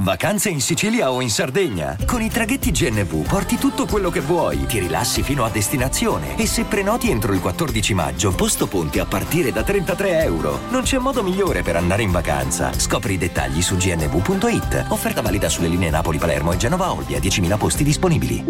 Vacanze in Sicilia o in Sardegna? Con i traghetti GNV porti tutto quello che vuoi, ti rilassi fino a destinazione e se prenoti entro il 14 maggio, posto ponti a partire da €33. Non c'è modo migliore per andare in vacanza. Scopri i dettagli su gnv.it. Offerta valida sulle linee Napoli-Palermo e Genova-Olbia, 10.000 posti disponibili.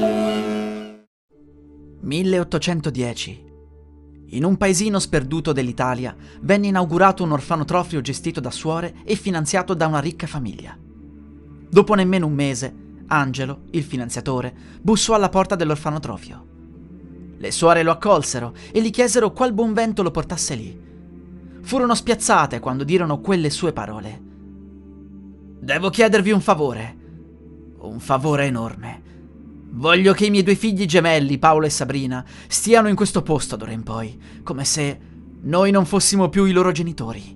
1810. In un paesino sperduto dell'Italia venne inaugurato un orfanotrofio gestito da suore e finanziato da una ricca famiglia. Dopo nemmeno un mese, Angelo, il finanziatore, bussò alla porta dell'orfanotrofio. Le suore lo accolsero e gli chiesero qual buon vento lo portasse lì. Furono spiazzate quando dirono quelle sue parole. «Devo chiedervi un favore enorme. Voglio che i miei 2 figli gemelli, Paolo e Sabrina, stiano in questo posto d'ora in poi, come se noi non fossimo più i loro genitori».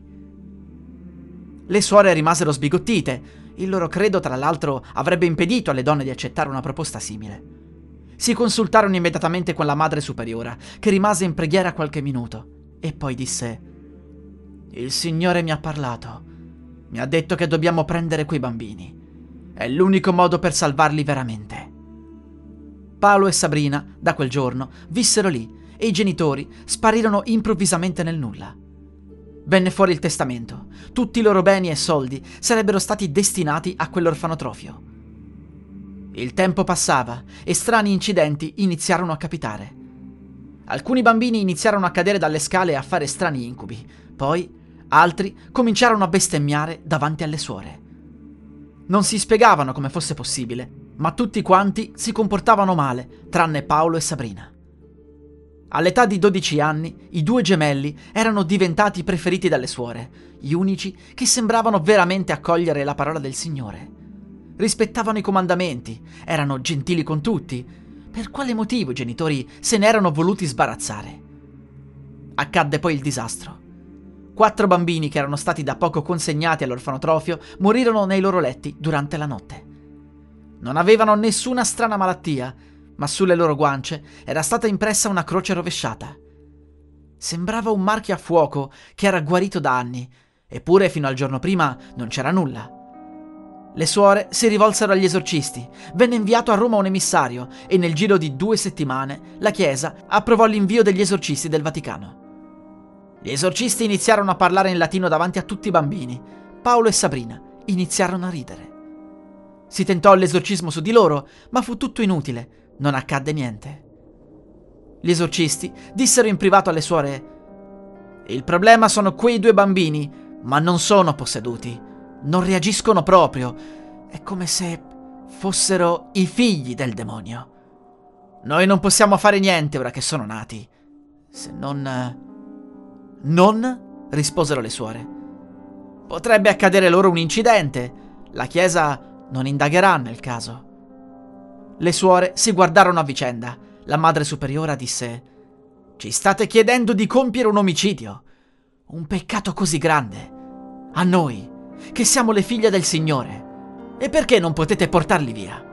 Le suore rimasero sbigottite. Il loro credo, tra l'altro, avrebbe impedito alle donne di accettare una proposta simile. Si consultarono immediatamente con la madre superiora, che rimase in preghiera qualche minuto, e poi disse: «Il Signore mi ha parlato. Mi ha detto che dobbiamo prendere quei bambini. È l'unico modo per salvarli veramente». Paolo e Sabrina, da quel giorno, vissero lì e i genitori sparirono improvvisamente nel nulla. Venne fuori il testamento. Tutti i loro beni e soldi sarebbero stati destinati a quell'orfanotrofio. Il tempo passava e strani incidenti iniziarono a capitare. Alcuni bambini iniziarono a cadere dalle scale e a fare strani incubi. Poi altri cominciarono a bestemmiare davanti alle suore. Non si spiegavano come fosse possibile, ma tutti quanti si comportavano male, tranne Paolo e Sabrina. All'età di 12 anni, i 2 gemelli erano diventati preferiti dalle suore, gli unici che sembravano veramente accogliere la parola del Signore. Rispettavano i comandamenti, erano gentili con tutti. Per quale motivo i genitori se ne erano voluti sbarazzare? Accadde poi il disastro. 4 bambini che erano stati da poco consegnati all'orfanotrofio morirono nei loro letti durante la notte. Non avevano nessuna strana malattia, ma sulle loro guance era stata impressa una croce rovesciata. Sembrava un marchio a fuoco che era guarito da anni, eppure fino al giorno prima non c'era nulla. Le suore si rivolsero agli esorcisti, venne inviato a Roma un emissario e nel giro di 2 settimane la Chiesa approvò l'invio degli esorcisti del Vaticano. Gli esorcisti iniziarono a parlare in latino davanti a tutti i bambini. Paolo e Sabrina iniziarono a ridere. Si tentò l'esorcismo su di loro, ma fu tutto inutile. Non accadde niente. Gli esorcisti dissero in privato alle suore: «Il problema sono quei 2 bambini, ma non sono posseduti. Non reagiscono proprio. È come se fossero i figli del demonio. Noi non possiamo fare niente ora che sono nati. Se non...» «Non?» risposero le suore. «Potrebbe accadere loro un incidente. La Chiesa non indagherà nel caso». Le suore si guardarono a vicenda. La madre superiora disse: «Ci state chiedendo di compiere un omicidio? Un peccato così grande? A noi, che siamo le figlie del Signore? E perché non potete portarli via?»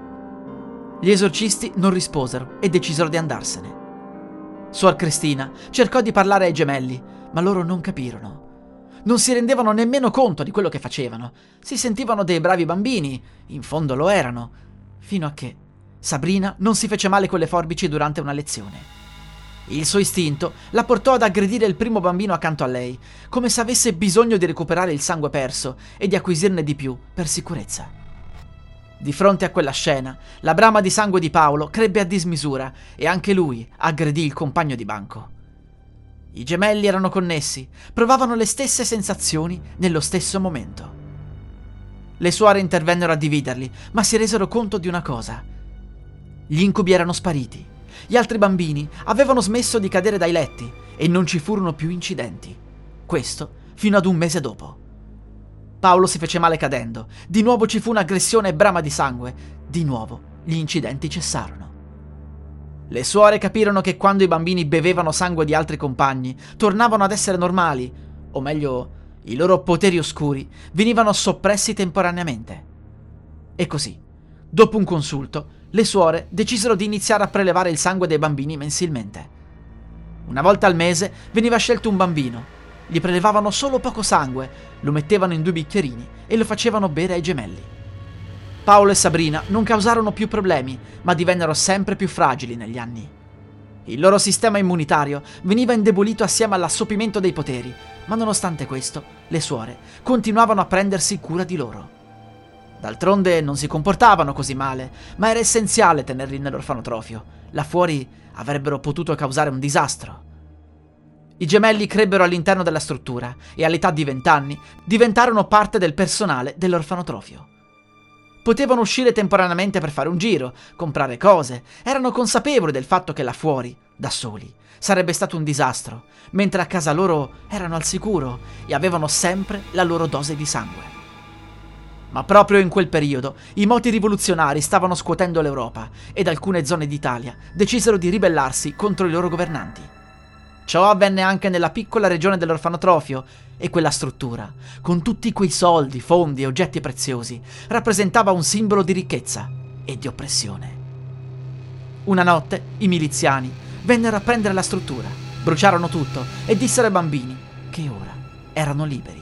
Gli esorcisti non risposero e decisero di andarsene. Suor Cristina cercò di parlare ai gemelli, ma loro non capirono. Non si rendevano nemmeno conto di quello che facevano. Si sentivano dei bravi bambini, in fondo lo erano, fino a che Sabrina non si fece male con le forbici durante una lezione. Il suo istinto la portò ad aggredire il primo bambino accanto a lei, come se avesse bisogno di recuperare il sangue perso e di acquisirne di più per sicurezza. Di fronte a quella scena, la brama di sangue di Paolo crebbe a dismisura e anche lui aggredì il compagno di banco. I gemelli erano connessi, provavano le stesse sensazioni nello stesso momento. Le suore intervennero a dividerli, ma si resero conto di una cosa. Gli incubi erano spariti. Gli altri bambini avevano smesso di cadere dai letti e non ci furono più incidenti. Questo fino ad un mese dopo. Paolo si fece male cadendo. Di nuovo ci fu un'aggressione e brama di sangue. Di nuovo gli incidenti cessarono. Le suore capirono che quando i bambini bevevano sangue di altri compagni, tornavano ad essere normali, o meglio, i loro poteri oscuri venivano soppressi temporaneamente. E così, dopo un consulto, le suore decisero di iniziare a prelevare il sangue dei bambini mensilmente. Una volta al mese veniva scelto un bambino. Gli prelevavano solo poco sangue, lo mettevano in 2 bicchierini e lo facevano bere ai gemelli. Paolo e Sabrina non causarono più problemi, ma divennero sempre più fragili negli anni. Il loro sistema immunitario veniva indebolito assieme all'assopimento dei poteri, ma nonostante questo, le suore continuavano a prendersi cura di loro. D'altronde non si comportavano così male, ma era essenziale tenerli nell'orfanotrofio. Là fuori avrebbero potuto causare un disastro. I gemelli crebbero all'interno della struttura e all'età di 20 anni diventarono parte del personale dell'orfanotrofio. Potevano uscire temporaneamente per fare un giro, comprare cose, erano consapevoli del fatto che là fuori, da soli, sarebbe stato un disastro, mentre a casa loro erano al sicuro e avevano sempre la loro dose di sangue. Ma proprio in quel periodo i moti rivoluzionari stavano scuotendo l'Europa ed alcune zone d'Italia decisero di ribellarsi contro i loro governanti. Ciò avvenne anche nella piccola regione dell'orfanotrofio e quella struttura, con tutti quei soldi, fondi e oggetti preziosi, rappresentava un simbolo di ricchezza e di oppressione. Una notte i miliziani vennero a prendere la struttura, bruciarono tutto e dissero ai bambini che ora erano liberi.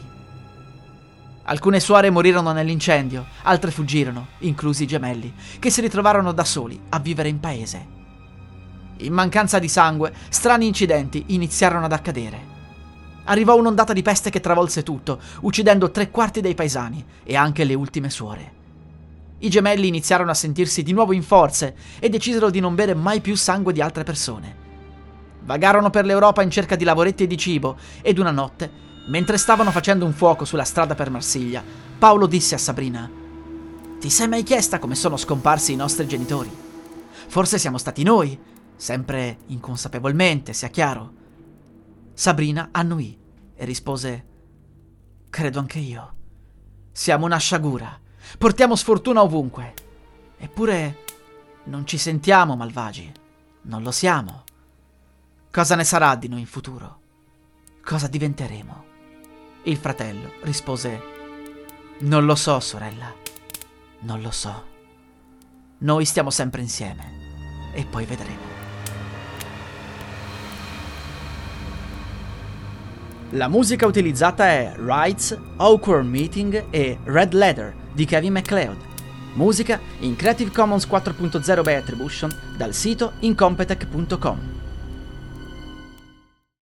Alcune suore morirono nell'incendio, altre fuggirono, inclusi i gemelli, che si ritrovarono da soli a vivere in paese. In mancanza di sangue, strani incidenti iniziarono ad accadere. Arrivò un'ondata di peste che travolse tutto, uccidendo 3/4 dei paesani e anche le ultime suore. I gemelli iniziarono a sentirsi di nuovo in forze e decisero di non bere mai più sangue di altre persone. Vagarono per l'Europa in cerca di lavoretti e di cibo ed una notte, mentre stavano facendo un fuoco sulla strada per Marsiglia, Paolo disse a Sabrina: «Ti sei mai chiesta come sono scomparsi i nostri genitori? Forse siamo stati noi, sempre inconsapevolmente, sia chiaro». Sabrina annuì e rispose: «Credo anche io. Siamo una sciagura, portiamo sfortuna ovunque. Eppure non ci sentiamo malvagi, non lo siamo. Cosa ne sarà di noi in futuro? Cosa diventeremo?» Il fratello rispose: «Non lo so, sorella, non lo so. Noi stiamo sempre insieme e poi vedremo». La musica utilizzata è Rights, Awkward Meeting e Red Leather di Kevin MacLeod. Musica in Creative Commons 4.0 by Attribution dal sito incompetech.com.